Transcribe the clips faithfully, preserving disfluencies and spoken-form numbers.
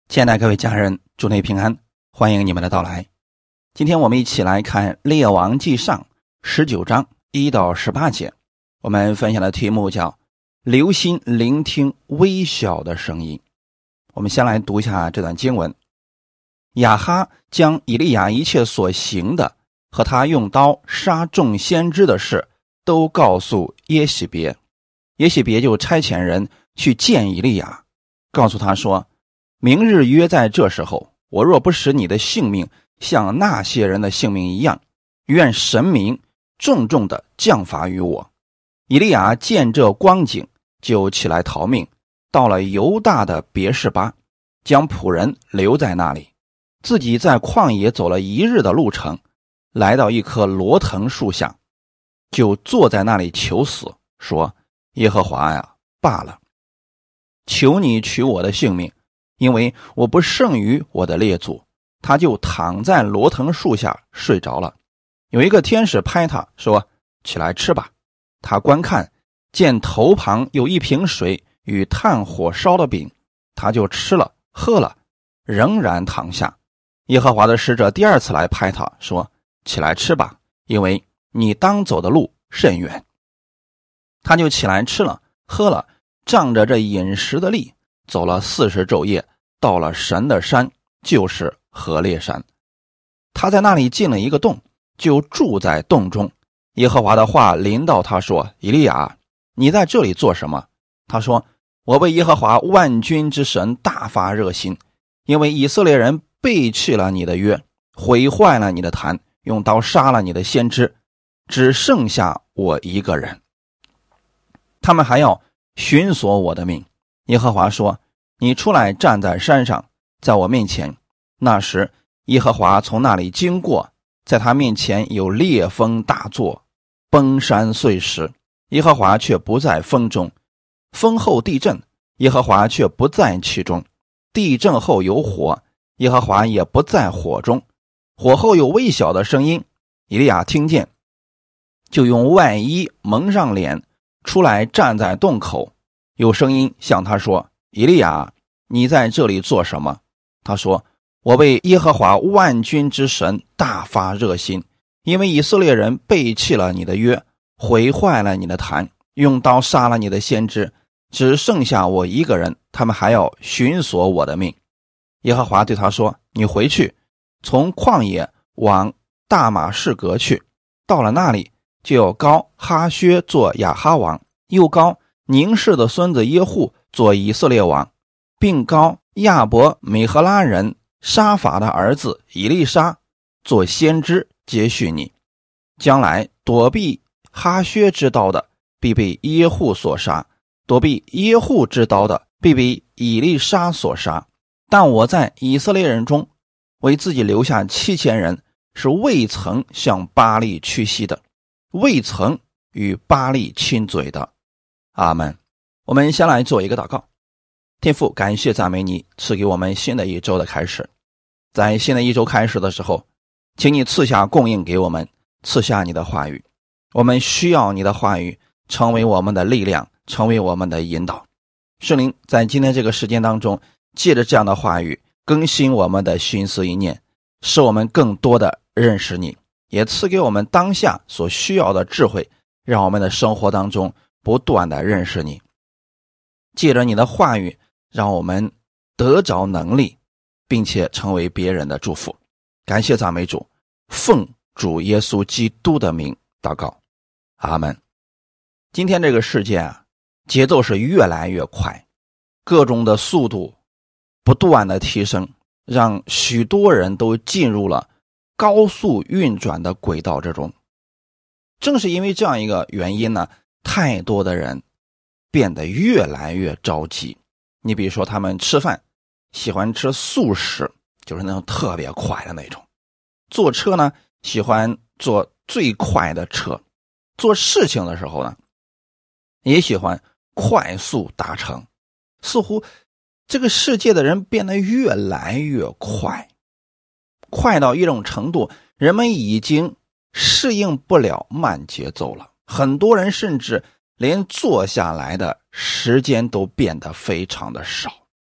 亲爱的各位家人，祝你平安，欢迎你们的到来。今天我们一起来看列王纪上十九章一到十八节，我们分享的题目叫留心聆听微小的声音。我们先来读一下这段经文。亚哈将以利亚一切所行的和他用刀杀众先知的事都告诉耶洗别，耶洗别就差遣人去见以利亚，告诉他说，明日约在这时候，我若不使你的性命像那些人的性命一样，愿神明重重的降罚于我。以利亚见这光景，就起来逃命，到了犹大的别是巴，将仆人留在那里，自己在旷野走了一日的路程，来到一棵罗藤树下，就坐在那里求死，说，耶和华呀，罢了，求你取我的性命，因为我不胜于我的列祖。他就躺在罗藤树下睡着了。有一个天使拍他说，起来吃吧。他观看，见头旁有一瓶水与炭火烧的饼，他就吃了喝了，仍然躺下。耶和华的使者第二次来拍他说，起来吃吧，因为你当走的路甚远。他就起来吃了喝了，仗着这饮食的力，走了四十昼夜，到了神的山，就是何烈山。他在那里进了一个洞，就住在洞中。耶和华的话临到他说，以利亚，你在这里做什么？他说，我为耶和华万军之神大发热心，因为以色列人背弃了你的约，毁坏了你的坛，用刀杀了你的先知，只剩下我一个人。他们还要寻索我的命。耶和华说，你出来站在山上，在我面前。那时耶和华从那里经过，在他面前有烈风大作，崩山碎石，耶和华却不在风中。风后地震，耶和华却不在其中。地震后有火，耶和华也不在火中。火后有微小的声音，以利亚听见，就用外衣蒙上脸，出来站在洞口。有声音向他说，以利亚，你在这里做什么？他说，我为耶和华万军之神大发热心，因为以色列人背弃了你的约，毁坏了你的坛，用刀杀了你的先知，只剩下我一个人，他们还要寻索我的命。耶和华对他说，你回去，从旷野往大马士革去，到了那里，就要膏哈薛做亚哈王，又膏宁氏的孙子耶户做以色列王，并膏亚伯美和拉人沙法的儿子以利沙做先知，接续你。将来躲避哈薛之刀的，必被耶户所杀；躲避耶户之刀的，必被以利沙所杀。但我在以色列人中为自己留下七千人，是未曾向巴力屈膝的，未曾与巴力亲嘴的。阿们。我们先来做一个祷告。天父，感谢赞美你赐给我们新的一周的开始。在新的一周开始的时候，请你赐下供应给我们，赐下你的话语。我们需要你的话语成为我们的力量，成为我们的引导。圣灵在今天这个时间当中，借着这样的话语更新我们的心思意念，使我们更多的认识你，也赐给我们当下所需要的智慧，让我们的生活当中不断的认识你。借着你的话语，让我们得着能力，并且成为别人的祝福。感谢赞美主，奉主耶稣基督的名祷告，阿们。今天这个世界啊，节奏是越来越快，各种的速度不断的提升，让许多人都进入了高速运转的轨道之中。正是因为这样一个原因呢，太多的人变得越来越着急。你比如说他们吃饭喜欢吃速食，就是那种特别快的那种。坐车呢，喜欢坐最快的车。做事情的时候呢，也喜欢快速达成。似乎这个世界的人变得越来越快，快到一种程度，人们已经适应不了慢节奏了。很多人甚至连坐下来的时间都变得非常的少。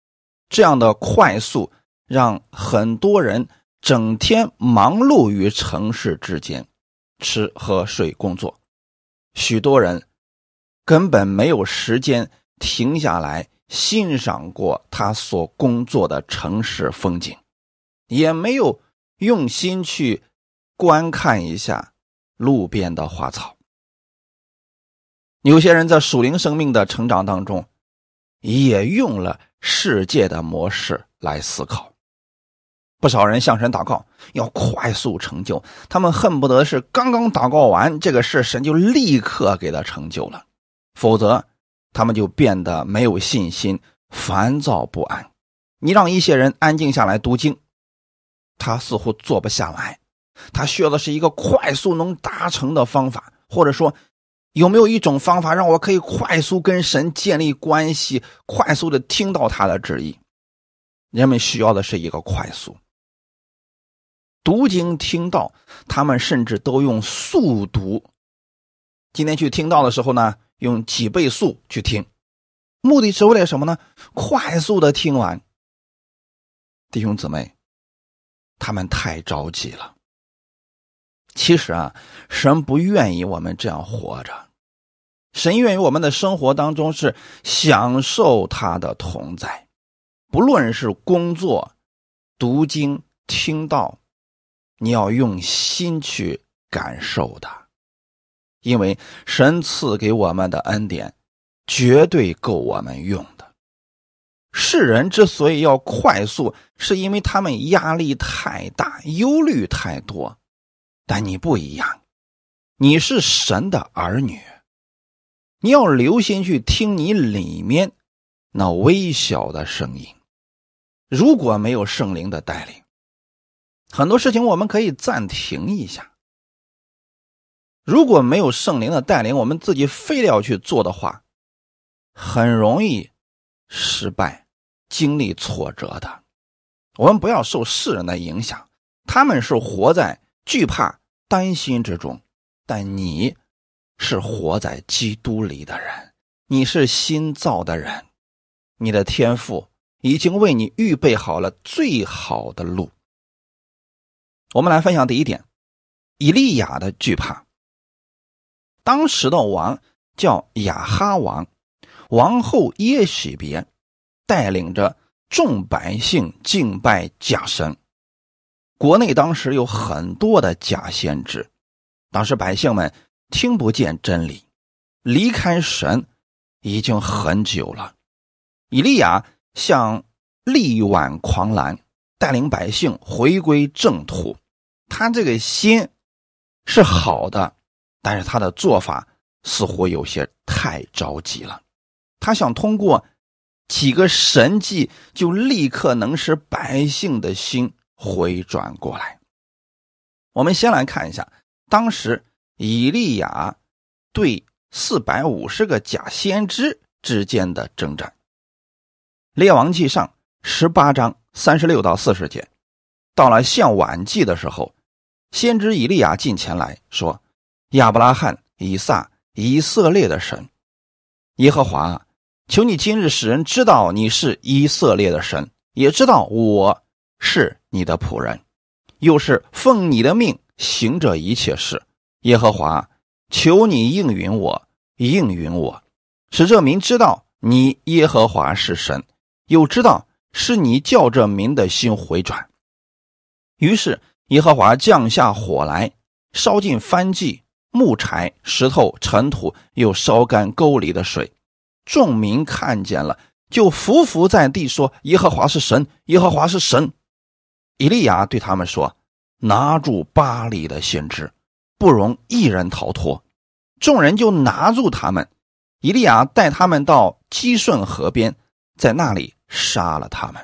这样的快速让很多人整天忙碌于城市之间，吃喝睡工作，许多人根本没有时间停下来欣赏过他所工作的城市风景，也没有用心去观看一下路边的花草。有些人在属灵生命的成长当中，也用了世界的模式来思考。不少人向神祷告，要快速成就，他们恨不得是刚刚祷告完这个事，神就立刻给他成就了，否则他们就变得没有信心，烦躁不安。你让一些人安静下来读经，他似乎做不下来，他需要的是一个快速能达成的方法，或者说有没有一种方法让我可以快速跟神建立关系，快速的听到他的旨意。人们需要的是一个快速读经听到，他们甚至都用速读。今天去听到的时候呢，用几倍速去听，目的是为了什么呢？快速的听完。弟兄姊妹，他们太着急了。其实啊，神不愿意我们这样活着，神愿意我们的生活当中是享受他的同在，不论是工作、读经、听道，你要用心去感受的，因为神赐给我们的恩典绝对够我们用的。世人之所以要快速，是因为他们压力太大，忧虑太多。但你不一样，你是神的儿女，你要留心去听你里面那微小的声音。如果没有圣灵的带领，很多事情我们可以暂停一下。如果没有圣灵的带领，我们自己非要去做的话，很容易失败，经历挫折的。我们不要受世人的影响，他们是活在惧怕、担心之中，但你是活在基督里的人，你是新造的人，你的天父已经为你预备好了最好的路。我们来分享第一点，以利亚的惧怕。当时的王叫亚哈王，王后耶洗别带领着众百姓敬拜假神。国内当时有很多的假先知，当时百姓们听不见真理，离开神已经很久了。以利亚像力挽狂澜，带领百姓回归正途。他这个心是好的，但是他的做法似乎有些太着急了。他想通过几个神迹就立刻能使百姓的心回转过来。我们先来看一下当时以利亚对四百五十个假先知之间的征战。列王记上十八章三十六到四十节，到了向晚祭的时候，先知以利亚近前来说，亚伯拉罕、以撒、以色列的神耶和华，求你今日使人知道你是以色列的神，也知道我是你的仆人，又是奉你的命行这一切事。耶和华，求你应允我，应允我，使这民知道你耶和华是神，又知道是你叫这民的心回转。于是耶和华降下火来，烧尽燔祭、木柴、石头、尘土，又烧干沟里的水。众民看见了，就伏伏在地说，耶和华是神，耶和华是神。以利亚对他们说，拿住巴力的先知，不容一人逃脱。众人就拿住他们，以利亚带他们到基顺河边，在那里杀了他们。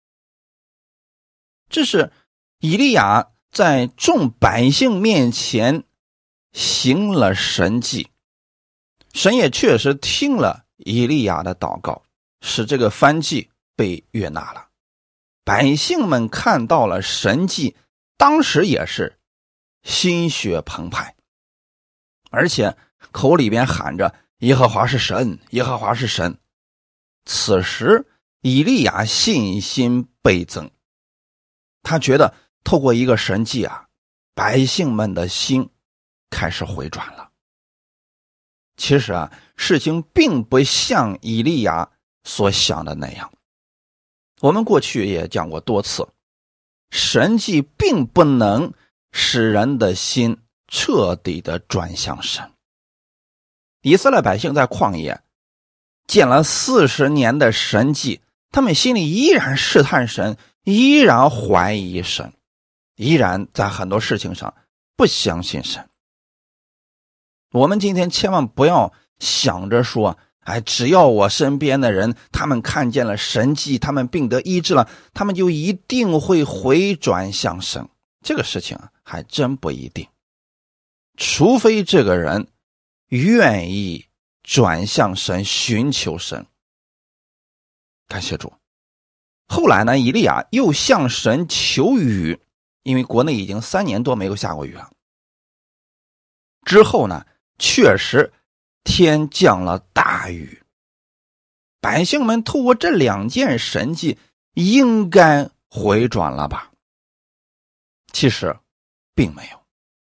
这是以利亚在众百姓面前行了神迹，神也确实听了以利亚的祷告，使这个燔祭被悦纳了。百姓们看到了神迹，当时也是心血澎湃，而且口里边喊着耶和华是神，耶和华是神。此时以利亚信心倍增，他觉得透过一个神迹啊，百姓们的心开始回转了。其实啊，事情并不像以利亚所想的那样。我们过去也讲过多次，神迹并不能使人的心彻底的转向神。以色列百姓在旷野见了四十年的神迹，他们心里依然试探神，依然怀疑神，依然在很多事情上不相信神。我们今天千万不要想着说，哎，只要我身边的人他们看见了神迹，他们病得医治了，他们就一定会回转向神。这个事情啊，还真不一定。除非这个人愿意转向神，寻求神。感谢主。后来呢，以利亚又向神求雨，因为国内已经三年多没有下过雨了。之后呢，确实天降了大雨，百姓们透过这两件神迹应该回转了吧？其实并没有。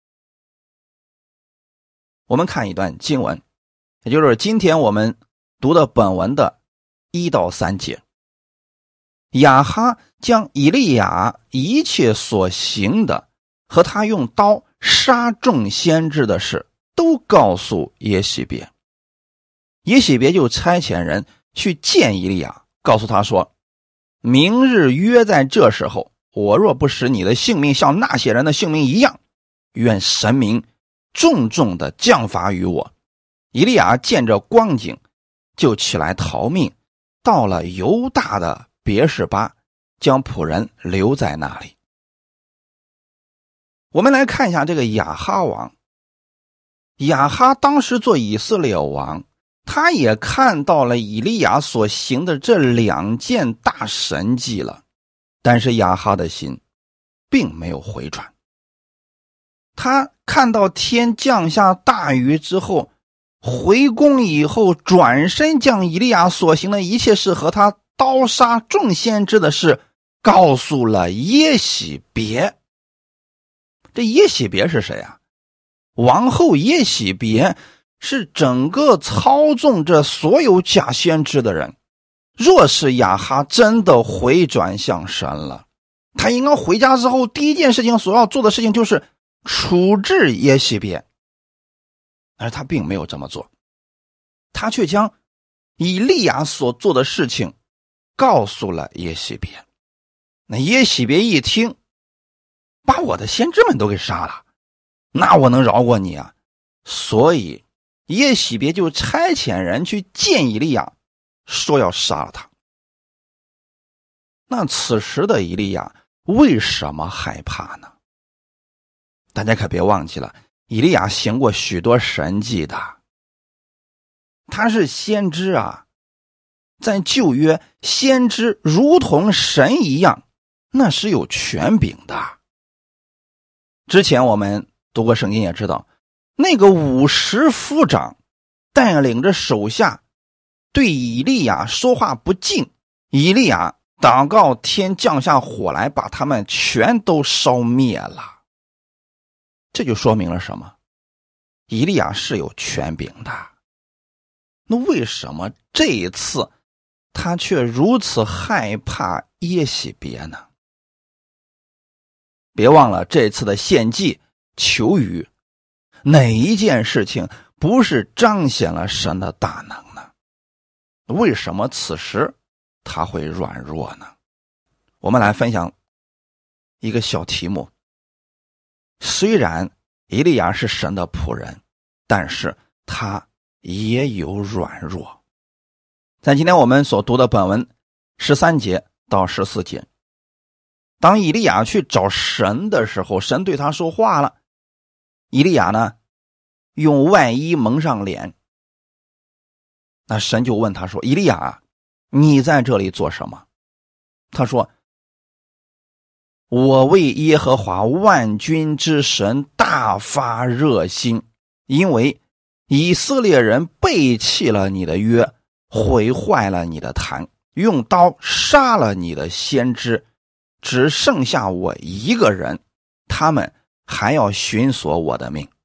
我们看一段经文，也就是今天我们读的本文的一到三节。亚哈将以利亚一切所行的和他用刀杀众先知的事都告诉耶洗别，耶洗别就差遣人去见以利亚，告诉他说，明日约在这时候，我若不使你的性命像那些人的性命一样，愿神明重重的降罚于我。以利亚见着光景，就起来逃命，到了犹大的别是巴，将仆人留在那里。我们来看一下这个亚哈王。亚哈当时做以色列王，他也看到了以利亚所行的这两件大神迹了，但是亚哈的心并没有回转。他看到天降下大雨之后，回宫以后，转身将以利亚所行的一切事和他刀杀众先知的事告诉了耶洗别。这耶洗别是谁啊？王后耶洗别是整个操纵着所有假先知的人。若是亚哈真的回转向神了，他应该回家之后第一件事情所要做的事情就是处置耶洗别，而他并没有这么做，他却将以利亚所做的事情告诉了耶洗别。那耶洗别一听，把我的先知们都给杀了，那我能饶过你啊？所以耶洗别就差遣人去见以利亚，说要杀了他。那此时的以利亚为什么害怕呢？大家可别忘记了，以利亚行过许多神迹的，他是先知啊。在旧约，先知如同神一样，那是有权柄的。之前我们读过圣经也知道，那个五十夫长带领着手下对以利亚说话不敬，以利亚祷告天降下火来，把他们全都烧灭了。这就说明了什么？以利亚是有权柄的。那为什么这一次他却如此害怕耶洗别呢？别忘了这次的献祭求雨，哪一件事情不是彰显了神的大能呢？为什么此时他会软弱呢？我们来分享一个小题目。虽然以利亚是神的仆人，但是他也有软弱。在今天我们所读的本文十三节到十四节，当以利亚去找神的时候，神对他说话了。以利亚呢，用外衣蒙上脸。那神就问他说，以利亚，你在这里做什么？他说，我为耶和华万军之神大发热心，因为以色列人背弃了你的约，毁坏了你的坛， 用刀杀了你的先知，只剩下我一个人，他们还要寻索我的命。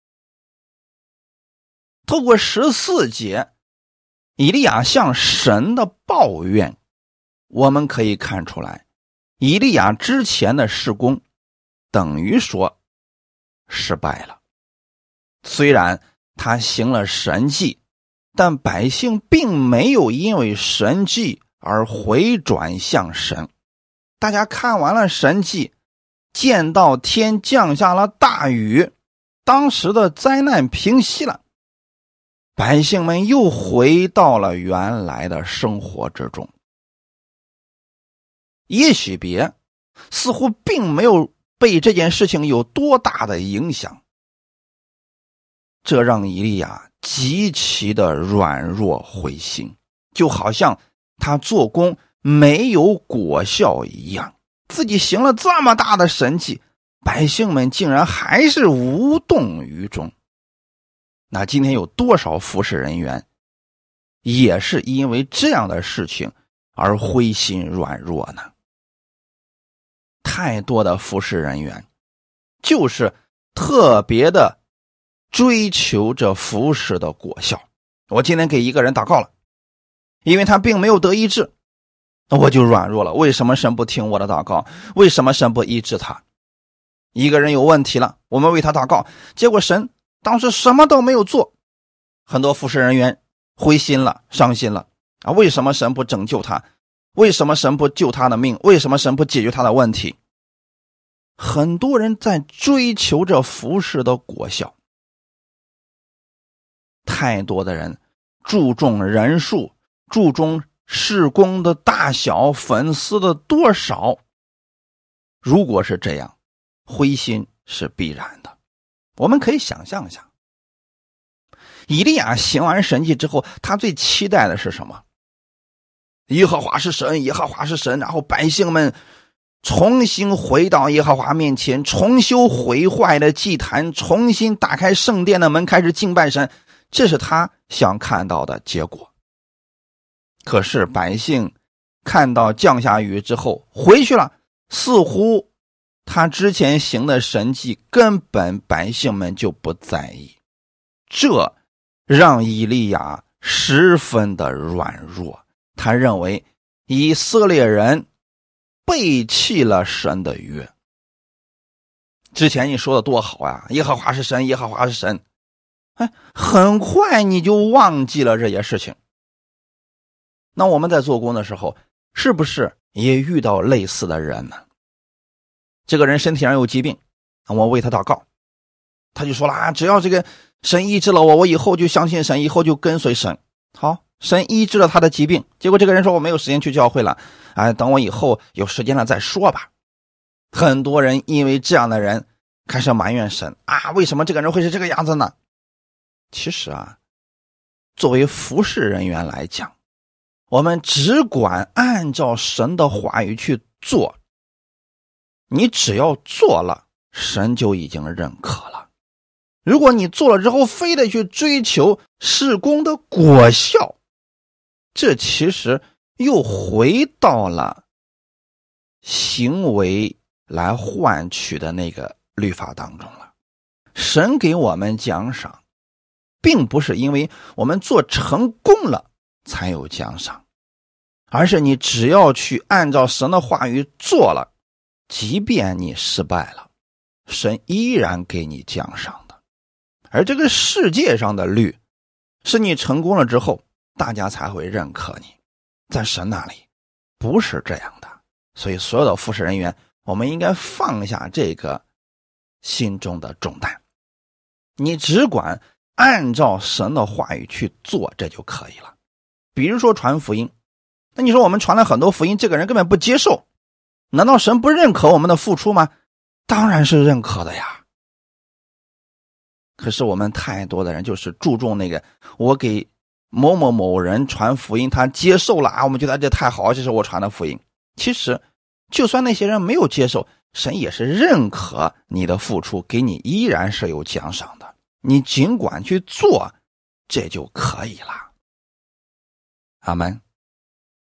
透过十四节以利亚向神的抱怨，我们可以看出来，以利亚之前的事工等于说失败了。虽然他行了神迹，但百姓并没有因为神迹而回转向神。大家看完了神迹，见到天降下了大雨，当时的灾难平息了，百姓们又回到了原来的生活之中。也许别似乎并没有被这件事情有多大的影响，这让以利亚极其的软弱灰心，就好像他做工没有果效一样。自己行了这么大的神迹，百姓们竟然还是无动于衷。那今天有多少服侍人员也是因为这样的事情而灰心软弱呢？太多的服侍人员就是特别的追求着服侍的果效。我今天给一个人祷告了，因为他并没有得医治，我就软弱了。为什么神不听我的祷告？为什么神不医治他？一个人有问题了，我们为他祷告，结果神当时什么都没有做，很多服侍人员灰心了，伤心了啊！为什么神不拯救他？为什么神不救他的命？为什么神不解决他的问题？很多人在追求着服侍的果效，太多的人注重人数，注重事工的大小，粉丝的多少。如果是这样，灰心是必然的。我们可以想象一下，以利亚行完神迹之后，他最期待的是什么？耶和华是神，耶和华是神，然后百姓们重新回到耶和华面前，重修毁坏的祭坛，重新打开圣殿的门，开始敬拜神，这是他想看到的结果。可是百姓看到降下雨之后回去了，似乎他之前行的神迹根本百姓们就不在意，这让以利亚十分的软弱。他认为以色列人背弃了神的约。之前你说的多好啊，耶和华是神，耶和华是神，哎，很快你就忘记了这些事情。那我们在做工的时候，是不是也遇到类似的人呢？这个人身体上有疾病，我为他祷告，他就说了啊，只要这个神医治了我，我以后就相信神，以后就跟随神。好，神医治了他的疾病，结果这个人说我没有时间去教会了，哎，等我以后有时间了再说吧。很多人因为这样的人开始埋怨神啊，为什么这个人会是这个样子呢？其实啊，作为服侍人员来讲，我们只管按照神的话语去做，你只要做了，神就已经认可了。如果你做了之后非得去追求事工的果效，这其实又回到了行为来换取的那个律法当中了。神给我们奖赏，并不是因为我们做成功了才有奖赏，而是你只要去按照神的话语做了，即便你失败了，神依然给你奖赏的。而这个世界上的律，是你成功了之后，大家才会认可你，在神那里不是这样的。所以所有的服侍人员，我们应该放下这个心中的重担，你只管按照神的话语去做，这就可以了。比如说传福音，那你说我们传了很多福音，这个人根本不接受，难道神不认可我们的付出吗？当然是认可的呀。可是我们太多的人就是注重那个，我给某某某人传福音，他接受了啊，我们觉得这太好，这是我传的福音。其实就算那些人没有接受，神也是认可你的付出，给你依然是有奖赏的，你尽管去做，这就可以了。阿们。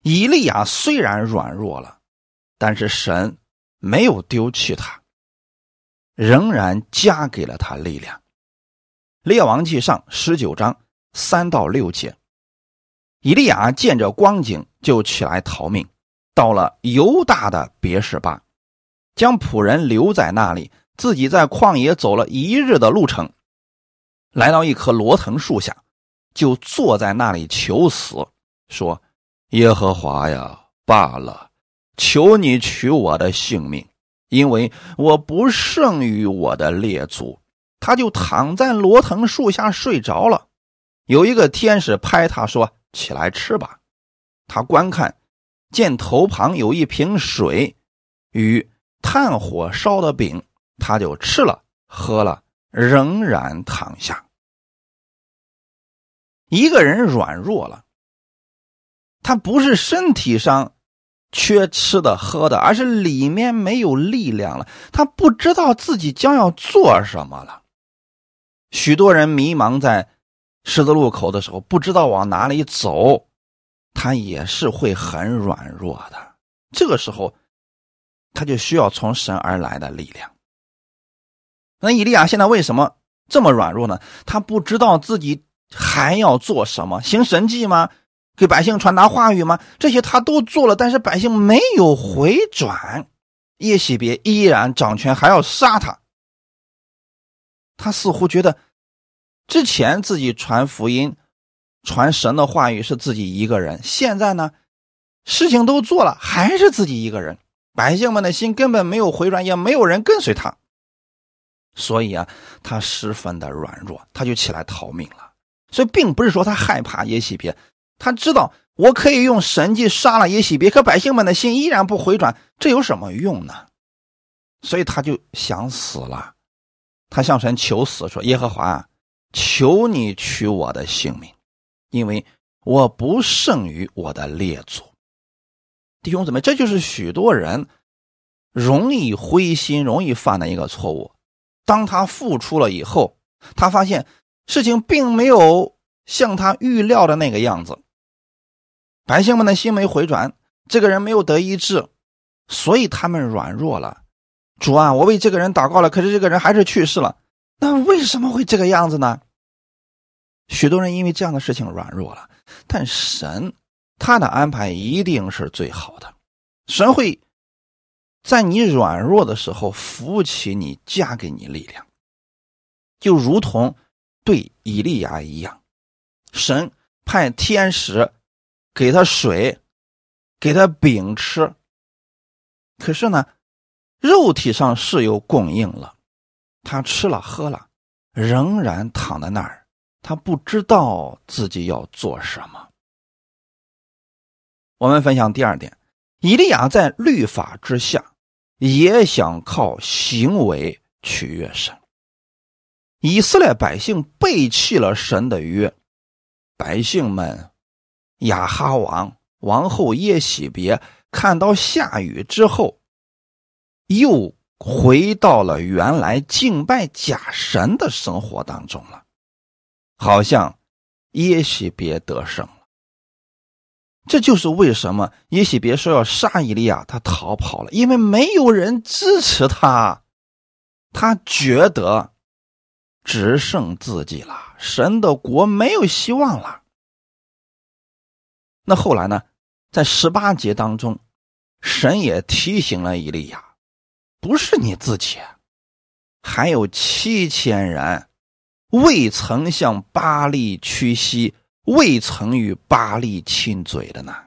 以利亚虽然软弱了，但是神没有丢弃他，仍然加给了他力量。列王记上十九章三到六节，以利亚见着光景，就起来逃命，到了犹大的别是巴，将仆人留在那里，自己在旷野走了一日的路程，来到一棵罗藤树下，就坐在那里求死，说：耶和华呀，罢了，求你取我的性命，因为我不胜于我的列祖。他就躺在罗藤树下睡着了。有一个天使拍他说：起来吃吧。他观看，见头旁有一瓶水与炭火烧的饼，他就吃了喝了，仍然躺下。一个人软弱了，他不是身体上缺吃的喝的，而是里面没有力量了，他不知道自己将要做什么了。许多人迷茫在十字路口的时候，不知道往哪里走，他也是会很软弱的。这个时候他就需要从神而来的力量。那以利亚现在为什么这么软弱呢？他不知道自己还要做什么，行神迹吗？给百姓传达话语吗？这些他都做了，但是百姓没有回转，耶洗别依然掌权，还要杀他。他似乎觉得之前自己传福音传神的话语是自己一个人，现在呢事情都做了，还是自己一个人，百姓们的心根本没有回转，也没有人跟随他。所以啊，他十分的软弱，他就起来逃命了。所以并不是说他害怕耶洗别，他知道我可以用神迹杀了耶洗别，可百姓们的心依然不回转，这有什么用呢？所以他就想死了。他向神求死，说：耶和华啊，求你取我的性命，因为我不胜于我的列祖。弟兄姊妹，这就是许多人容易灰心容易犯的一个错误。当他付出了以后，他发现事情并没有像他预料的那个样子，百姓们的心没回转，这个人没有得医治，所以他们软弱了。主啊，我为这个人祷告了，可是这个人还是去世了，那为什么会这个样子呢？许多人因为这样的事情软弱了，但神他的安排一定是最好的。神会在你软弱的时候扶起你，加给你力量，就如同对以利亚一样，神派天使给他水，给他饼吃，可是呢肉体上是有供应了，他吃了喝了，仍然躺在那儿，他不知道自己要做什么。我们分享第二点，以利亚在律法之下也想靠行为取悦神。以色列百姓背弃了神的约，百姓们亚哈王王后耶洗别看到下雨之后，又回到了原来敬拜假神的生活当中了，好像耶洗别得胜了。这就是为什么耶洗别说要杀以利亚，他逃跑了，因为没有人支持他，他觉得只剩自己了，神的国没有希望了。那后来呢，在十八节当中，神也提醒了以利亚，不是你自己，还有七千人未曾向巴力屈膝，未曾与巴力亲嘴的呢。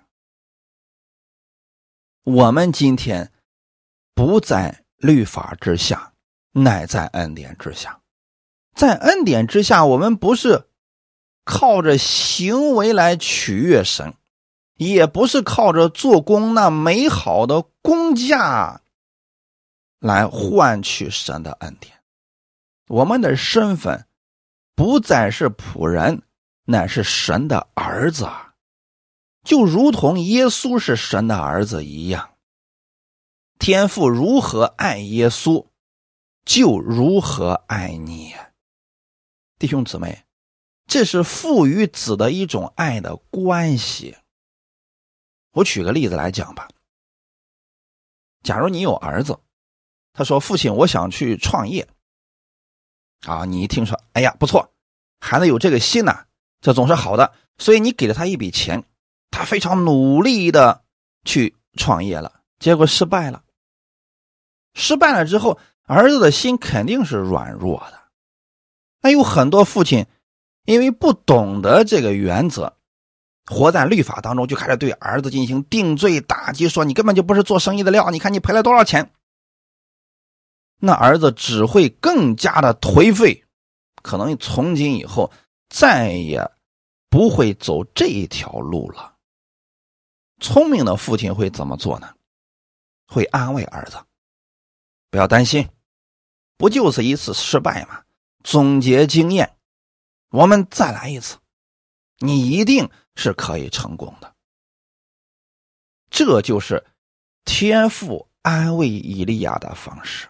我们今天不在律法之下，乃在恩典之下。在恩典之下，我们不是靠着行为来取悦神，也不是靠着做工那美好的工价来换取神的恩典。我们的身份不再是仆人，乃是神的儿子，就如同耶稣是神的儿子一样。天父如何爱耶稣，就如何爱你。弟兄姊妹，这是父与子的一种爱的关系。 我举个例子来讲吧。假如你有儿子，他说父亲我想去创业啊，你一听说哎呀不错，孩子有这个心呐、啊，这总是好的，所以你给了他一笔钱，他非常努力的去创业了，结果失败了。失败了之后，儿子的心肯定是软弱的。那有很多父亲因为不懂得这个原则，活在律法当中，就开始对儿子进行定罪打击，说你根本就不是做生意的料，你看你赔了多少钱。那儿子只会更加的颓废，可能从今以后再也不会走这一条路了。聪明的父亲会怎么做呢？会安慰儿子，不要担心，不就是一次失败吗？总结经验，我们再来一次，你一定是可以成功的。这就是天父安慰以利亚的方式。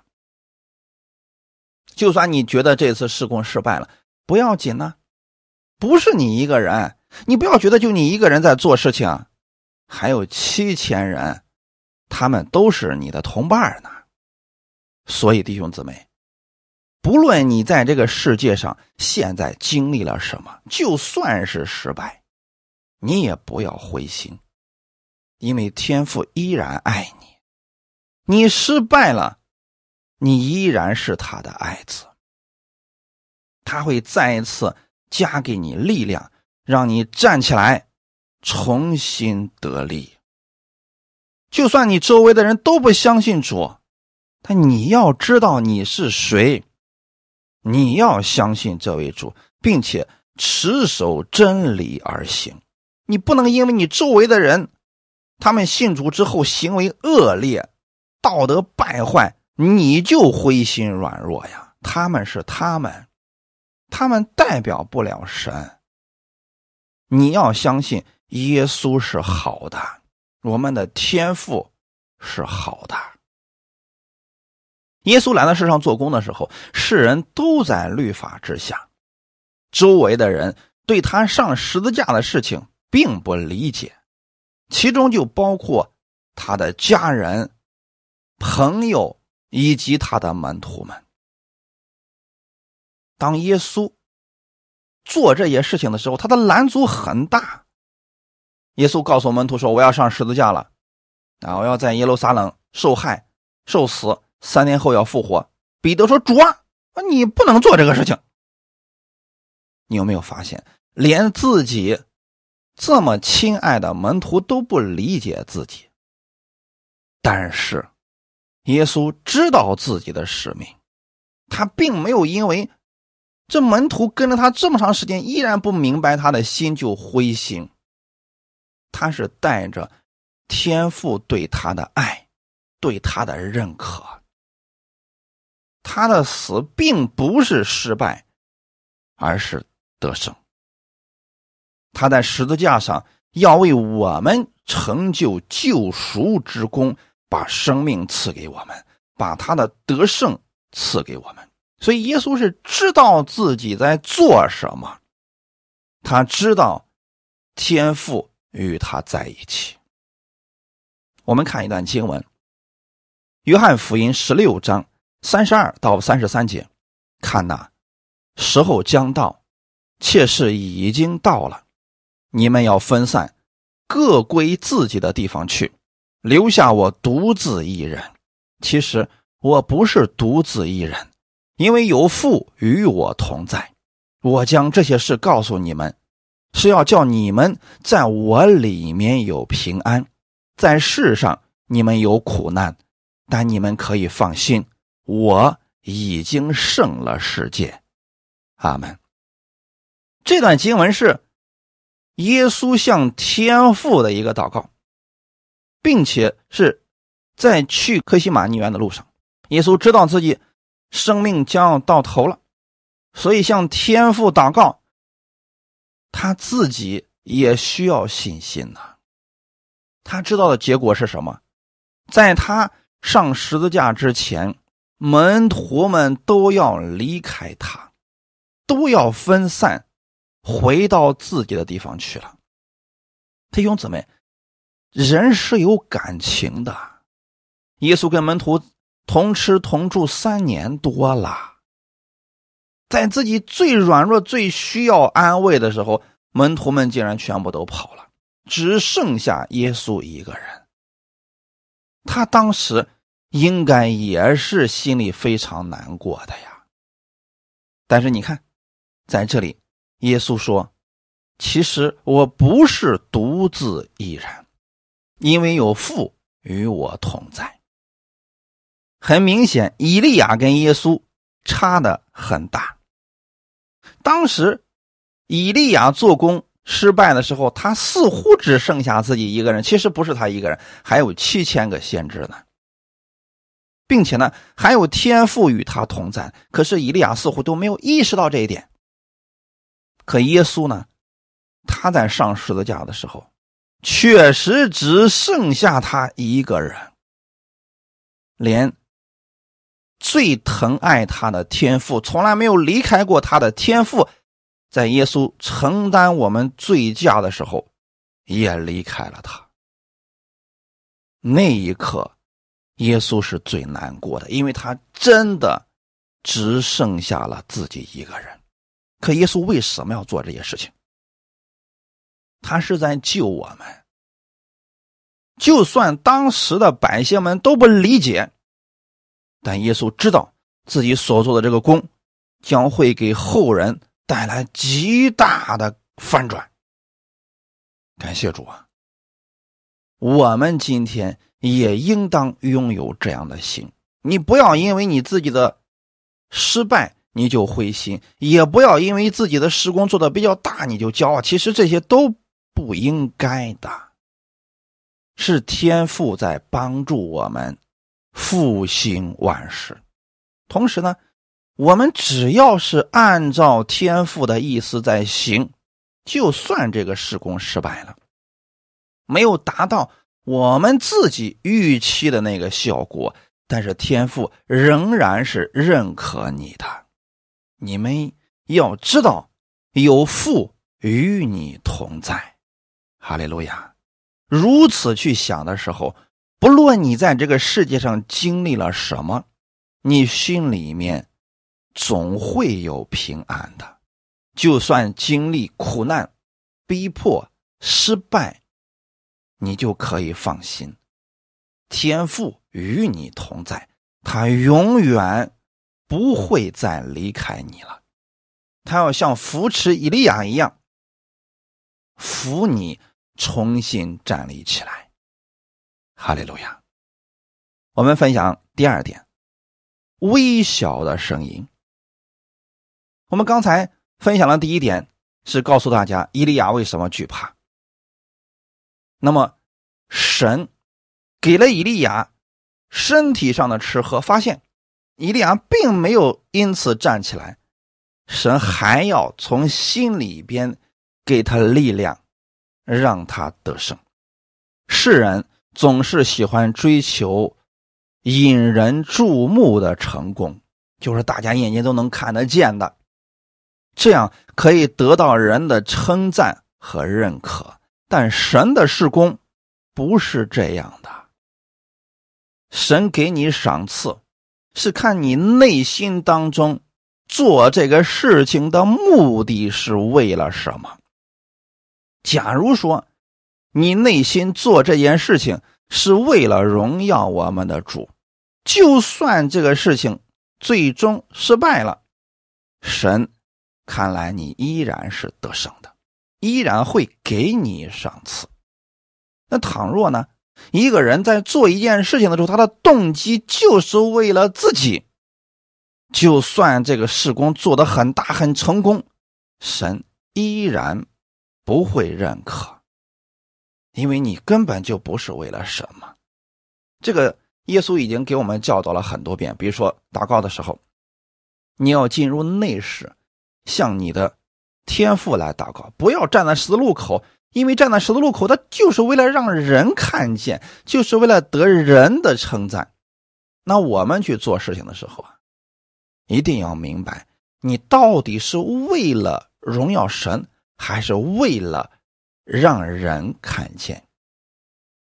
就算你觉得这次事工失败了，不要紧呢，不是你一个人，你不要觉得就你一个人在做事情啊，还有七千人，他们都是你的同伴呢。所以弟兄姊妹，不论你在这个世界上现在经历了什么，就算是失败，你也不要灰心，因为天父依然爱你。你失败了，你依然是他的爱子，他会再一次加给你力量，让你站起来重新得力。就算你周围的人都不相信主，但你要知道你是谁，你要相信这位主，并且持守真理而行。你不能因为你周围的人他们信主之后行为恶劣，道德败坏，你就灰心软弱呀。他们是他们，他们代表不了神。你要相信耶稣是好的，我们的天父是好的。耶稣来到世上做工的时候，世人都在律法之下，周围的人对他上十字架的事情并不理解，其中就包括他的家人、朋友以及他的门徒们。当耶稣做这些事情的时候，他的拦阻很大。耶稣告诉门徒说，我要上十字架了啊，我要在耶路撒冷受害受死，三天后要复活。彼得说，主啊，你不能做这个事情。你有没有发现，连自己这么亲爱的门徒都不理解自己？但是耶稣知道自己的使命，他并没有因为这门徒跟着他这么长时间依然不明白他的心就灰心。他是带着天父对他的爱，对他的认可。他的死并不是失败，而是得胜。他在十字架上要为我们成就救赎之功，把生命赐给我们，把他的得胜赐给我们。所以耶稣是知道自己在做什么，他知道天父与他在一起。我们看一段经文，约翰福音十六章三十二到三十三节，看哪，时候将到，切是已经到了，你们要分散，各归自己的地方去，留下我独自一人。其实我不是独自一人，因为有父与我同在。我将这些事告诉你们，是要叫你们在我里面有平安。在世上你们有苦难，但你们可以放心，我已经胜了世界。阿们。这段经文是耶稣向天父的一个祷告，并且是在去客西马尼园的路上，耶稣知道自己生命将要到头了，所以向天父祷告，他自己也需要信心呐、啊。他知道的结果是什么？在他上十字架之前，门徒们都要离开他，都要分散，回到自己的地方去了。弟兄姊妹， 人是有感情的。耶稣跟门徒同吃同住三年多了，在自己最软弱最需要安慰的时候，门徒们竟然全部都跑了，只剩下耶稣一个人。他当时应该也是心里非常难过的呀。但是你看，在这里耶稣说，其实我不是独自一人，因为有父与我同在。很明显，以利亚跟耶稣差得很大。当时以利亚做工失败的时候，他似乎只剩下自己一个人，其实不是他一个人，还有七千个先知呢，并且呢还有天父与他同在。可是以利亚似乎都没有意识到这一点。可耶稣呢，他在上十字架的时候确实只剩下他一个人，连最疼爱他的天父，从来没有离开过他的天父，在耶稣承担我们罪价的时候也离开了他。那一刻耶稣是最难过的，因为他真的只剩下了自己一个人。可耶稣为什么要做这些事情？他是在救我们。就算当时的百姓们都不理解，但耶稣知道自己所做的这个功将会给后人带来极大的翻转。感谢主啊！我们今天也应当拥有这样的心。你不要因为你自己的失败你就灰心，也不要因为自己的事工做得比较大你就骄傲，其实这些都不应该的。是天父在帮助我们复兴万事。同时呢，我们只要是按照天父的意思在行，就算这个事工失败了，没有达到我们自己预期的那个效果，但是天父仍然是认可你的。你们要知道，有父与你同在。哈利路亚！如此去想的时候，不论你在这个世界上经历了什么，你心里面总会有平安的。就算经历苦难、逼迫、失败，你就可以放心，天父与你同在，他永远不会再离开你了。他要像扶持以利亚一样，扶你重新站立起来。哈利路亚！我们分享第二点，微小的声音。我们刚才分享了第一点，是告诉大家以利亚为什么惧怕。那么神给了以利亚身体上的吃喝，发现以利亚并没有因此站起来，神还要从心里边给他力量，让他得胜。世人总是喜欢追求引人注目的成功，就是大家眼睛都能看得见的，这样可以得到人的称赞和认可。但神的事工不是这样的，神给你赏赐是看你内心当中做这个事情的目的是为了什么。假如说你内心做这件事情是为了荣耀我们的主，就算这个事情最终失败了，神看来你依然是得胜的，依然会给你赏赐。那倘若呢，一个人在做一件事情的时候，他的动机就是为了自己，就算这个事工做得很大很成功，神依然不会认可，因为你根本就不是为了什么。这个耶稣已经给我们教导了很多遍，比如说祷告的时候，你要进入内室，向你的天父来祷告，不要站在十字路口，因为站在十字路口它就是为了让人看见，就是为了得人的称赞。那我们去做事情的时候啊，一定要明白你到底是为了荣耀神，还是为了让人看见。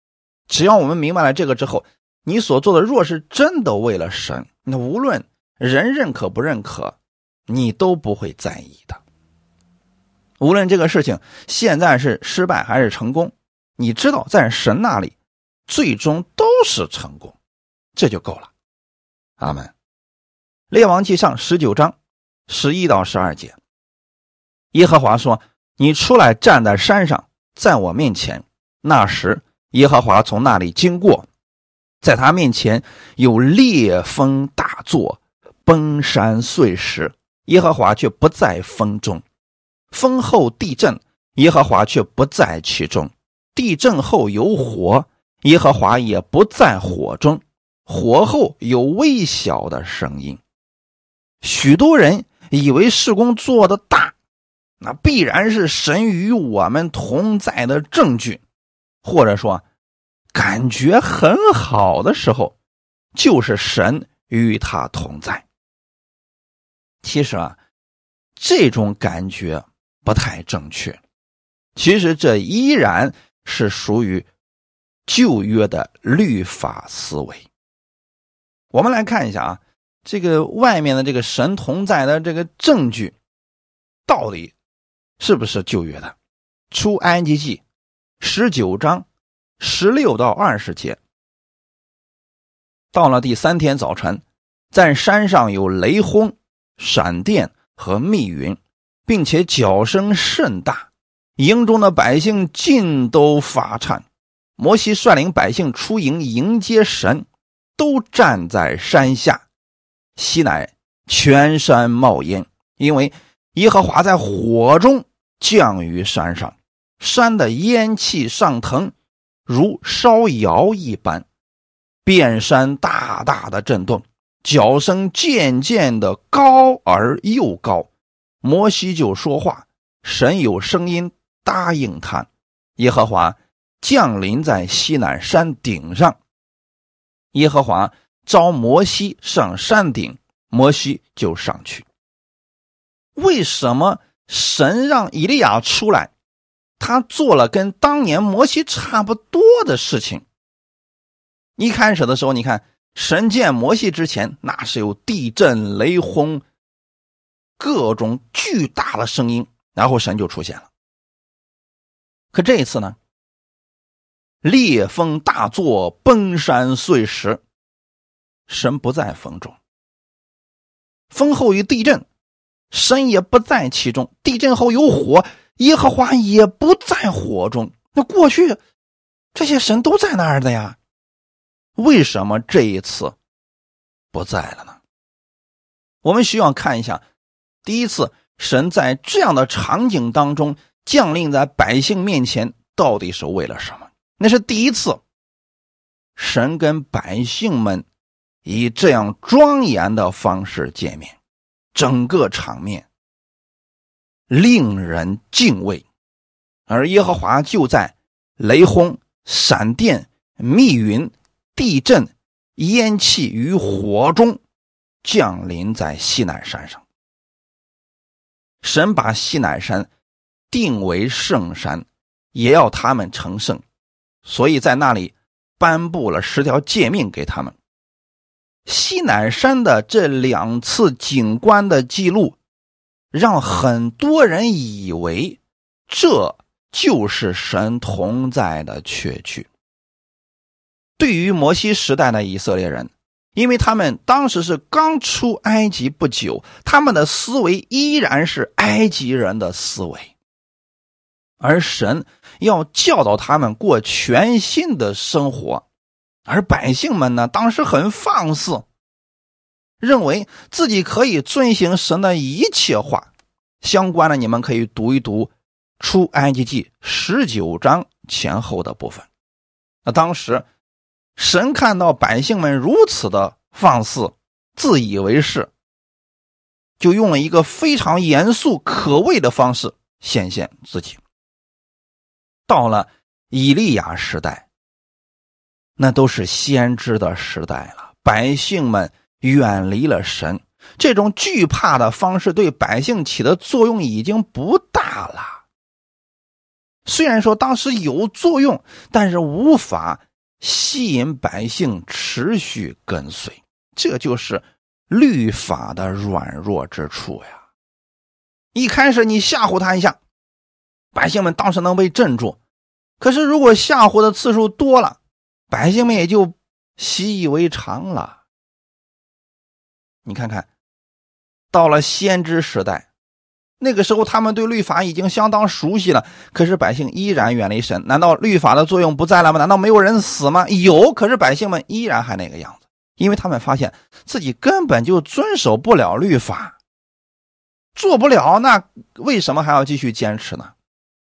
只要我们明白了这个之后，你所做的若是真的为了神，那无论人认可不认可，你都不会在意的。无论这个事情现在是失败还是成功，你知道在神那里最终都是成功，这就够了。阿们。列王记上十九章十一到十二节，耶和华说，你出来站在山上，在我面前。那时耶和华从那里经过，在他面前有烈风大作，崩山碎石，耶和华却不在风中。风后地震，耶和华却不在其中。地震后有火，耶和华也不在火中。火后有微小的声音。许多人以为事工做得大，那必然是神与我们同在的证据，或者说感觉很好的时候，就是神与他同在。其实啊，这种感觉不太正确，其实这依然是属于旧约的律法思维。我们来看一下啊，这个外面的这个神同在的这个证据到底是不是旧约的？出埃及记十九章十六到二十节。到了第三天早晨，在山上有雷轰、闪电和密云，并且角声甚大，营中的百姓尽都发颤。摩西率领百姓出营迎接神，都站在山下。西乃全山冒烟，因为耶和华在火中降于山上，山的烟气上腾，如烧窑一般，遍山大大的震动，角声渐渐的高而又高。摩西就说话，神有声音答应他。耶和华降临在西乃山顶上，耶和华召摩西上山顶，摩西就上去。为什么神让以利亚出来？他做了跟当年摩西差不多的事情。一开始的时候，你看神见摩西之前，那是有地震、雷轰，各种巨大的声音，然后神就出现了。可这一次呢，烈风大作，崩山碎石，神不在风中。风后有地震，神也不在其中。地震后有火，耶和华也不在火中。那过去这些神都在那儿的呀，为什么这一次不在了呢？我们需要看一下，第一次神在这样的场景当中降临在百姓面前，到底是为了什么？那是第一次神跟百姓们以这样庄严的方式见面，整个场面令人敬畏。而耶和华就在雷轰、闪电、密云、地震、烟气与火中降临在西乃山上。神把西乃山定为圣山，也要他们成圣，所以在那里颁布了十条诫命给他们。西乃山的这两次景观的记录，让很多人以为这就是神同在的确据。对于摩西时代的以色列人，因为他们当时是刚出埃及不久，他们的思维依然是埃及人的思维，而神要教导他们过全新的生活。而百姓们呢，当时很放肆，认为自己可以遵行神的一切话。相关的你们可以读一读出埃及记十九章前后的部分。那当时神看到百姓们如此的放肆，自以为是，就用了一个非常严肃可畏的方式显现自己。到了以利亚时代，那都是先知的时代了，百姓们远离了神，这种惧怕的方式对百姓起的作用已经不大了。虽然说当时有作用，但是无法吸引百姓持续跟随。这就是律法的软弱之处呀。一开始你吓唬他一下，百姓们当时能被镇住，可是如果吓唬的次数多了，百姓们也就习以为常了。你看看，到了先知时代，那个时候他们对律法已经相当熟悉了，可是百姓依然远离神。难道律法的作用不在了吗？难道没有人死吗？有，可是百姓们依然还那个样子，因为他们发现自己根本就遵守不了律法，做不了，那为什么还要继续坚持呢？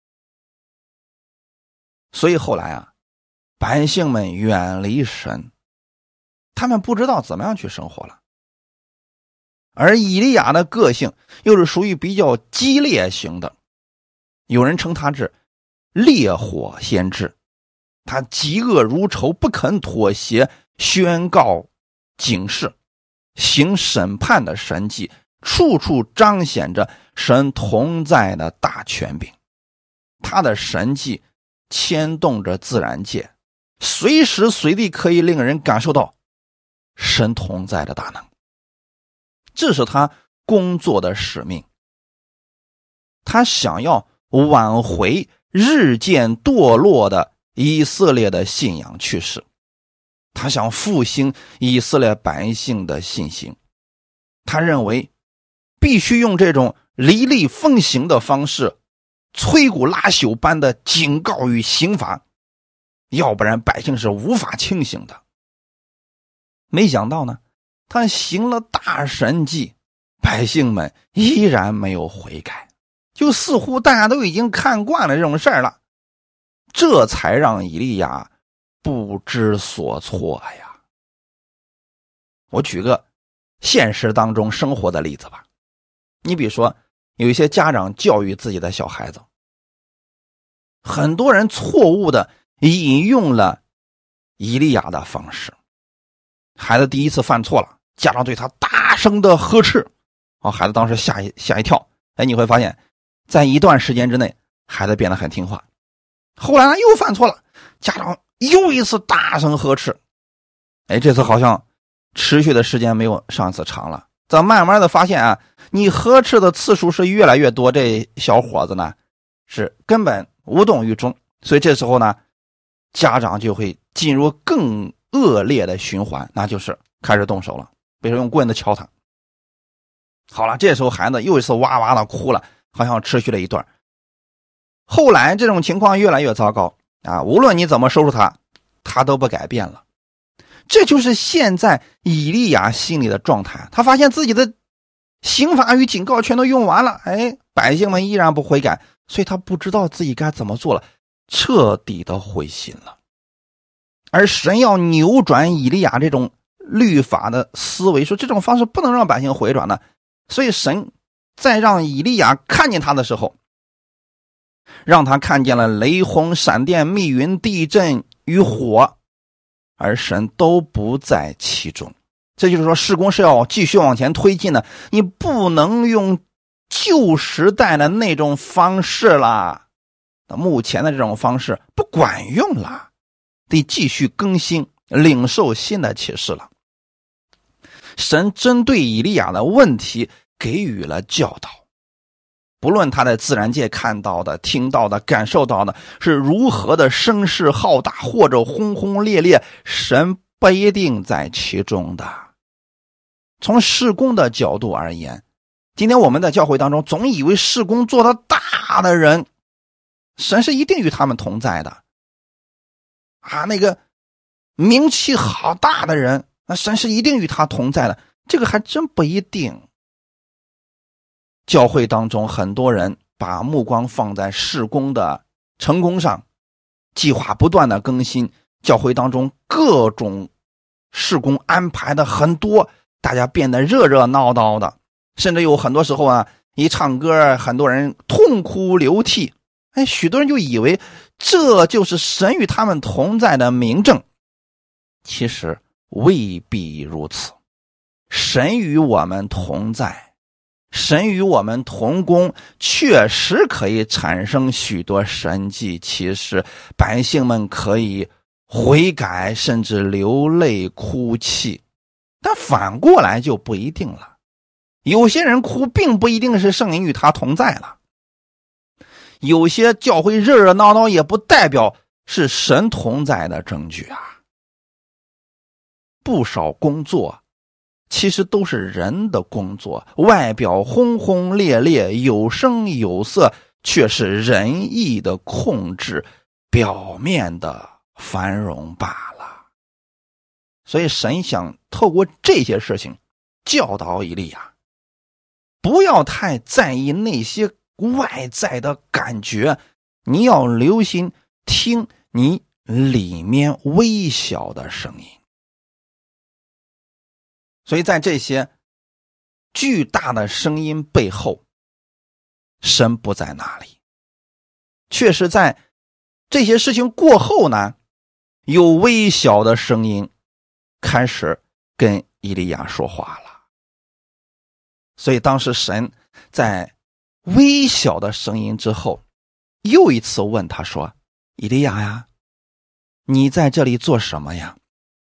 所以后来啊，百姓们远离神，他们不知道怎么样去生活了。而以利亚的个性又是属于比较激烈型的，有人称他是烈火先知，他嫉恶如仇，不肯妥协，宣告警示，行审判的神迹，处处彰显着神同在的大权柄。他的神迹牵动着自然界，随时随地可以令人感受到神同在的大能，这是他工作的使命。他想要挽回日渐堕落的以色列的信仰趋势，他想复兴以色列百姓的信心。他认为必须用这种雷厉风行的方式，摧骨拉朽般的警告与刑罚，要不然百姓是无法清醒的。没想到呢，他行了大神迹，百姓们依然没有悔改，就似乎大家都已经看惯了这种事儿了，这才让以利亚不知所措呀。我举个现实当中生活的例子吧，你比如说有一些家长教育自己的小孩子，很多人错误的引用了以利亚的方式。孩子第一次犯错了，家长对他大声的呵斥，哦，孩子当时吓一吓一跳。哎，你会发现在一段时间之内孩子变得很听话。后来呢又犯错了，家长又一次大声呵斥。哎，这次好像持续的时间没有上一次长了，咱慢慢的发现啊，你呵斥的次数是越来越多，这小伙子呢是根本无动于衷。所以这时候呢，家长就会进入更恶劣的循环，那就是开始动手了，比如说用棍子敲他。好了，这时候孩子又一次哇哇的哭了，好像持续了一段。后来这种情况越来越糟糕啊！无论你怎么收拾他，他都不改变了。这就是现在以利亚心里的状态，他发现自己的刑罚与警告全都用完了，哎，百姓们依然不悔改，所以他不知道自己该怎么做了，彻底的灰心了。而神要扭转以利亚这种律法的思维，说这种方式不能让百姓回转的，所以神在让以利亚看见他的时候，让他看见了雷轰、闪电、密云、地震与火，而神都不在其中。这就是说事工是要继续往前推进的，你不能用旧时代的那种方式啦，目前的这种方式不管用了，得继续更新，领受新的启示了。神针对以利亚的问题给予了教导，不论他在自然界看到的、听到的、感受到的是如何的声势浩大或者轰轰烈烈，神不一定在其中的。从事工的角度而言，今天我们在教会当中总以为事工做得大的人，神是一定与他们同在的啊，那个名气好大的人，那神是一定与他同在的，这个还真不一定。教会当中很多人把目光放在事工的成功上，计划不断的更新，教会当中各种事工安排的很多，大家变得热热闹闹的，甚至有很多时候啊，一唱歌很多人痛哭流涕，哎，许多人就以为这就是神与他们同在的明证，其实未必如此。神与我们同在，神与我们同工，确实可以产生许多神迹奇事，百姓们可以悔改，甚至流泪哭泣。但反过来就不一定了，有些人哭并不一定是圣灵与他同在了，有些教会热热闹闹也不代表是神同在的证据啊。不少工作其实都是人的工作，外表轰轰烈烈，有声有色，却是人意的控制，表面的繁荣罢了。所以神想透过这些事情教导以利亚，不要太在意那些外在的感觉，你要留心听你里面微小的声音。所以在这些巨大的声音背后，神不在那里，确实在这些事情过后呢，有微小的声音开始跟以利亚说话了。所以当时神在微小的声音之后，又一次问他说，以利亚呀，你在这里做什么呀？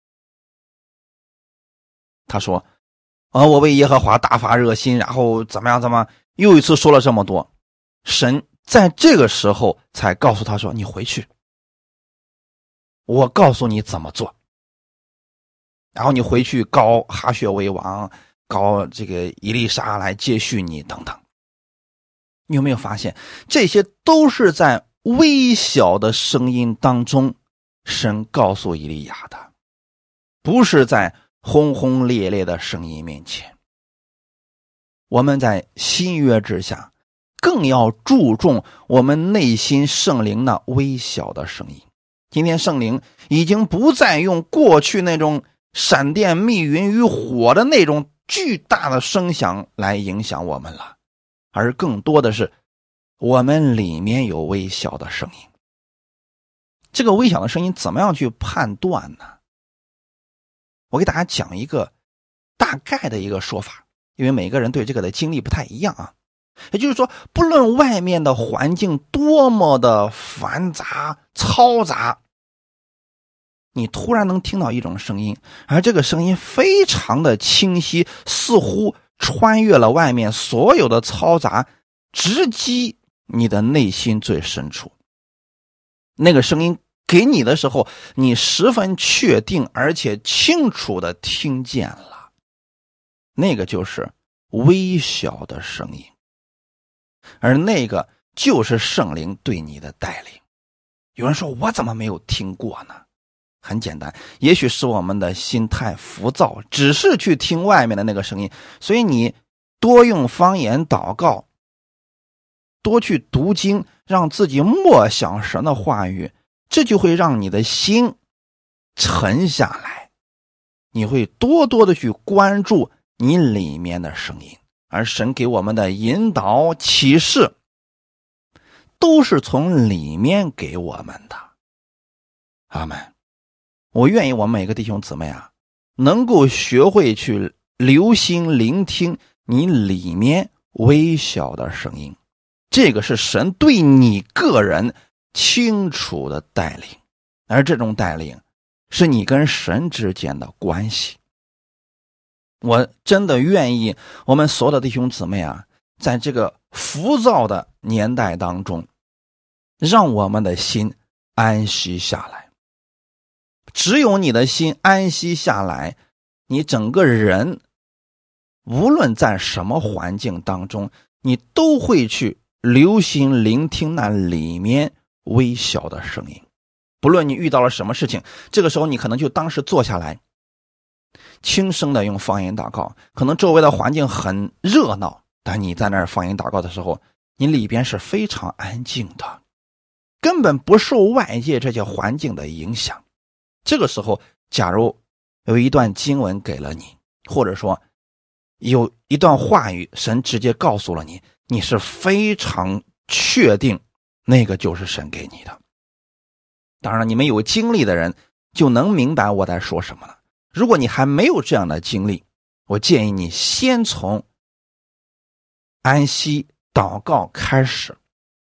他说啊，我为耶和华大发热心，然后怎么样怎么样，又一次说了这么多。神在这个时候才告诉他说，你回去，我告诉你怎么做，然后你回去膏哈薛为王，膏这个以利沙来接续你等等。你有没有发现，这些都是在微小的声音当中神告诉以利亚的，不是在轰轰烈烈的声音面前。我们在新约之下更要注重我们内心圣灵那微小的声音。今天圣灵已经不再用过去那种闪电密云与火的那种巨大的声响来影响我们了，而更多的是我们里面有微小的声音。这个微小的声音怎么样去判断呢？我给大家讲一个大概的一个说法，因为每个人对这个的经历不太一样啊。也就是说，不论外面的环境多么的繁杂嘈杂，你突然能听到一种声音，而这个声音非常的清晰，似乎穿越了外面所有的嘈杂，直击你的内心最深处。那个声音给你的时候，你十分确定而且清楚的听见了，那个就是微小的声音，而那个就是圣灵对你的带领。有人说，我怎么没有听过呢？很简单，也许是我们的心太浮躁，只是去听外面的那个声音。所以你多用方言祷告，多去读经，让自己默想神的话语，这就会让你的心沉下来，你会多多的去关注你里面的声音。而神给我们的引导启示都是从里面给我们的。阿们。我愿意我们每个弟兄姊妹啊，能够学会去留心聆听你里面微小的声音，这个是神对你个人清楚的带领，而这种带领是你跟神之间的关系。我真的愿意我们所有的弟兄姊妹啊，在这个浮躁的年代当中，让我们的心安息下来。只有你的心安息下来，你整个人无论在什么环境当中，你都会去留心聆听那里面微小的声音。不论你遇到了什么事情，这个时候你可能就当时坐下来，轻声的用方言祷告。可能周围的环境很热闹，但你在那儿方言祷告的时候，你里边是非常安静的，根本不受外界这些环境的影响。这个时候，假如有一段经文给了你，或者说有一段话语神直接告诉了你，你是非常确定那个就是神给你的。当然你们有经历的人就能明白我在说什么了。如果你还没有这样的经历，我建议你先从安息祷告开始，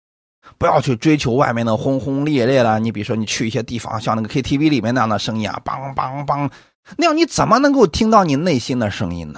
不要去追求外面的轰轰烈烈了。你比如说你去一些地方，像那个 K T V 里面那样的声音啊，梆梆梆，那样你怎么能够听到你内心的声音呢？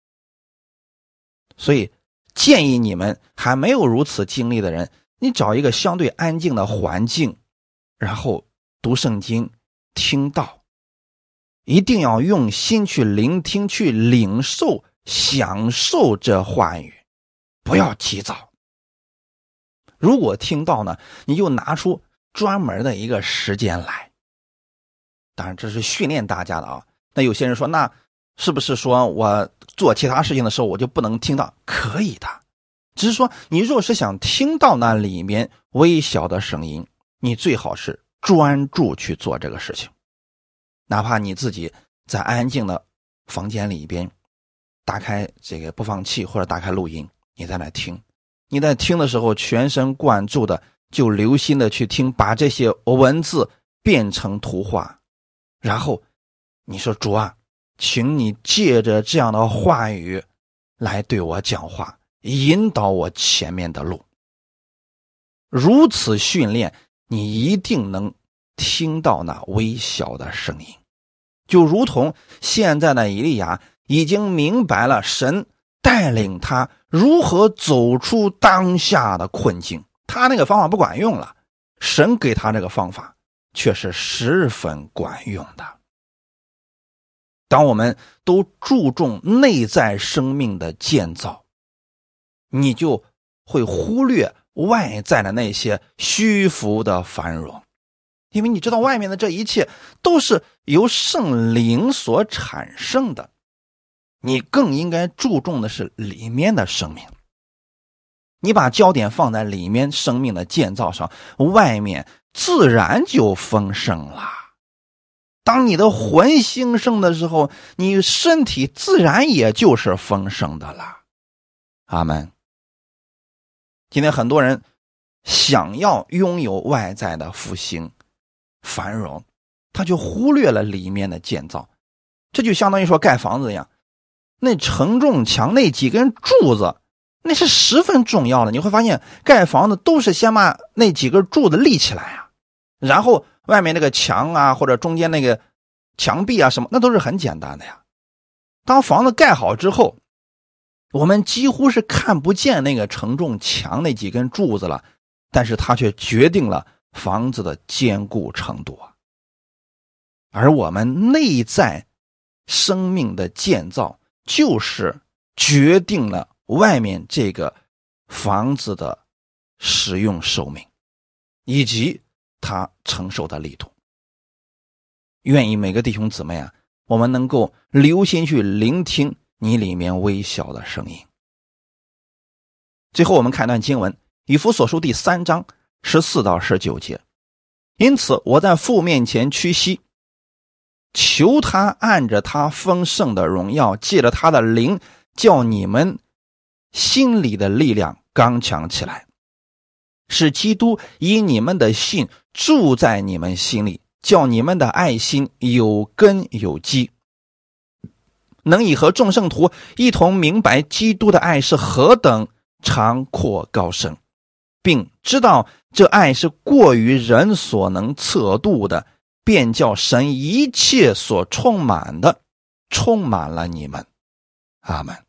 所以建议你们还没有如此经历的人，你找一个相对安静的环境，然后读圣经，听道，一定要用心去聆听，去领受，享受这话语，不要急躁。如果听到呢，你就拿出专门的一个时间来。当然这是训练大家的啊。那有些人说，那是不是说我做其他事情的时候我就不能听到？可以的，只是说你若是想听到那里面微小的声音，你最好是专注去做这个事情。哪怕你自己在安静的房间里边打开这个播放器或者打开录音，你在那听，你在听的时候全神贯注的就留心的去听，把这些文字变成图画，然后你说主啊，请你借着这样的话语来对我讲话，引导我前面的路。如此训练，你一定能听到那微小的声音。就如同现在的以利亚已经明白了神带领他如何走出当下的困境，他那个方法不管用了，神给他这个方法却是十分管用的。当我们都注重内在生命的建造，你就会忽略外在的那些虚浮的繁荣，因为你知道外面的这一切都是由圣灵所产生的，你更应该注重的是里面的生命。你把焦点放在里面生命的建造上，外面自然就丰盛了。当你的魂兴盛的时候，你身体自然也就是丰盛的了。阿们。今天很多人想要拥有外在的复兴繁荣，他就忽略了里面的建造。这就相当于说盖房子一样，那承重墙那几根柱子那是十分重要的。你会发现盖房子都是先把那几根柱子立起来啊，然后外面那个墙啊或者中间那个墙壁啊什么，那都是很简单的呀。当房子盖好之后，我们几乎是看不见那个承重墙那几根柱子了，但是它却决定了房子的坚固程度。而我们内在生命的建造就是决定了外面这个房子的使用寿命以及它承受的力度。愿意每个弟兄姊妹啊，我们能够留心去聆听你里面微小的声音。最后我们看段经文，以弗所书第三章十四到十九节。因此我在父面前屈膝，求他按着他丰盛的荣耀，借着他的灵，叫你们心里的力量刚强起来，使基督以你们的信住在你们心里，叫你们的爱心有根有基，能以和众圣徒一同明白基督的爱是何等长阔高深，并知道这爱是过于人所能测度的，便叫神一切所充满的充满了你们。阿们。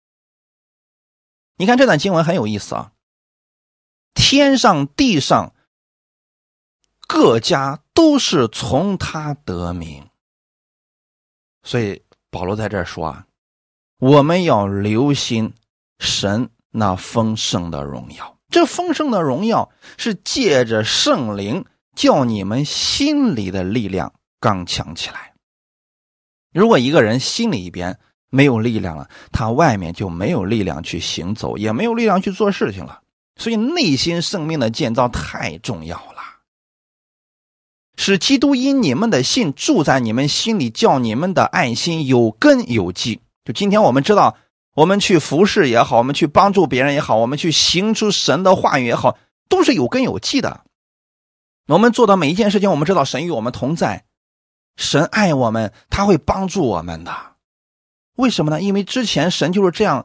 你看这段经文很有意思啊，天上地上各家都是从他得名。所以保罗在这儿说啊，我们要留心神那丰盛的荣耀。这丰盛的荣耀是借着圣灵叫你们心里的力量刚强起来。如果一个人心里边没有力量了，他外面就没有力量去行走，也没有力量去做事情了。所以内心生命的建造太重要了。使基督因你们的信住在你们心里，叫你们的爱心有根有基。就今天我们知道，我们去服侍也好，我们去帮助别人也好，我们去行出神的话语也好，都是有根有基的。我们做的每一件事情，我们知道神与我们同在，神爱我们，他会帮助我们的。为什么呢？因为之前神就是这样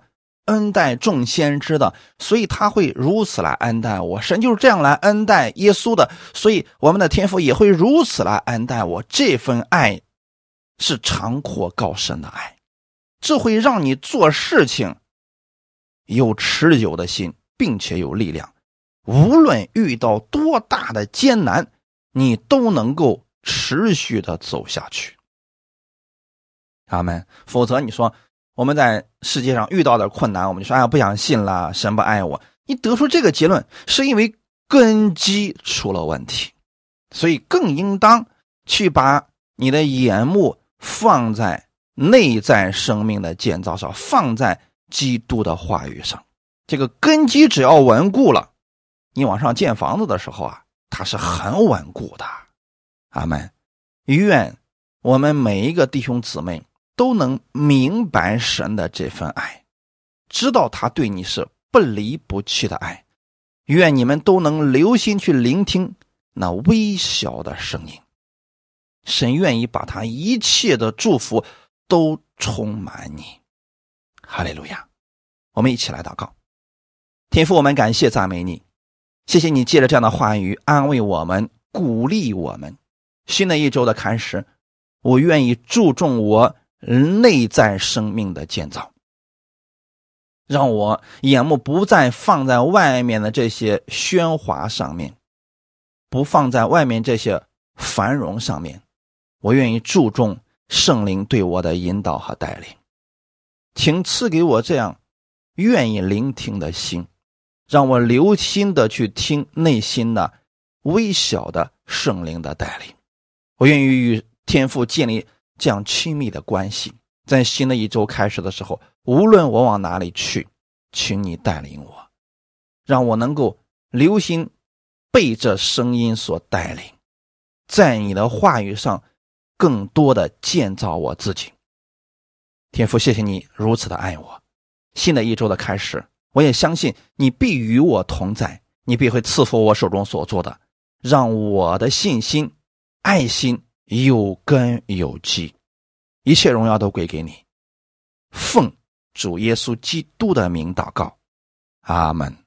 恩待众先知的，所以他会如此来恩待我。神就是这样来恩待耶稣的，所以我们的天父也会如此来恩待我。这份爱是长阔高深的爱，这会让你做事情有持久的心，并且有力量。无论遇到多大的艰难，你都能够持续的走下去。阿们。否则你说我们在世界上遇到的困难，我们就说哎呀不想信了，神不爱我。你得出这个结论是因为根基出了问题，所以更应当去把你的眼目放在内在生命的建造上，放在基督的话语上。这个根基只要稳固了，你往上建房子的时候啊，它是很稳固的。阿们。愿我们每一个弟兄姊妹都能明白神的这份爱，知道他对你是不离不弃的爱。愿你们都能留心去聆听那微小的声音，神愿意把他一切的祝福都充满你。哈利路亚。我们一起来祷告。天父，我们感谢赞美你，谢谢你借着这样的话语安慰我们，鼓励我们。新的一周的开始，我愿意注重我内在生命的建造，让我眼目不再放在外面的这些喧哗上面，不放在外面这些繁荣上面。我愿意注重圣灵对我的引导和带领，请赐给我这样愿意聆听的心，让我留心的去听内心的微小的圣灵的带领。我愿意与天父建立这样亲密的关系，在新的一周开始的时候，无论我往哪里去，请你带领我，让我能够留心被这声音所带领，在你的话语上更多的建造我自己。天父，谢谢你如此的爱我。新的一周的开始，我也相信你必与我同在，你必会赐福我手中所做的，让我的信心爱心有根有基。一切荣耀都归给你，奉主耶稣基督的名祷告，阿们。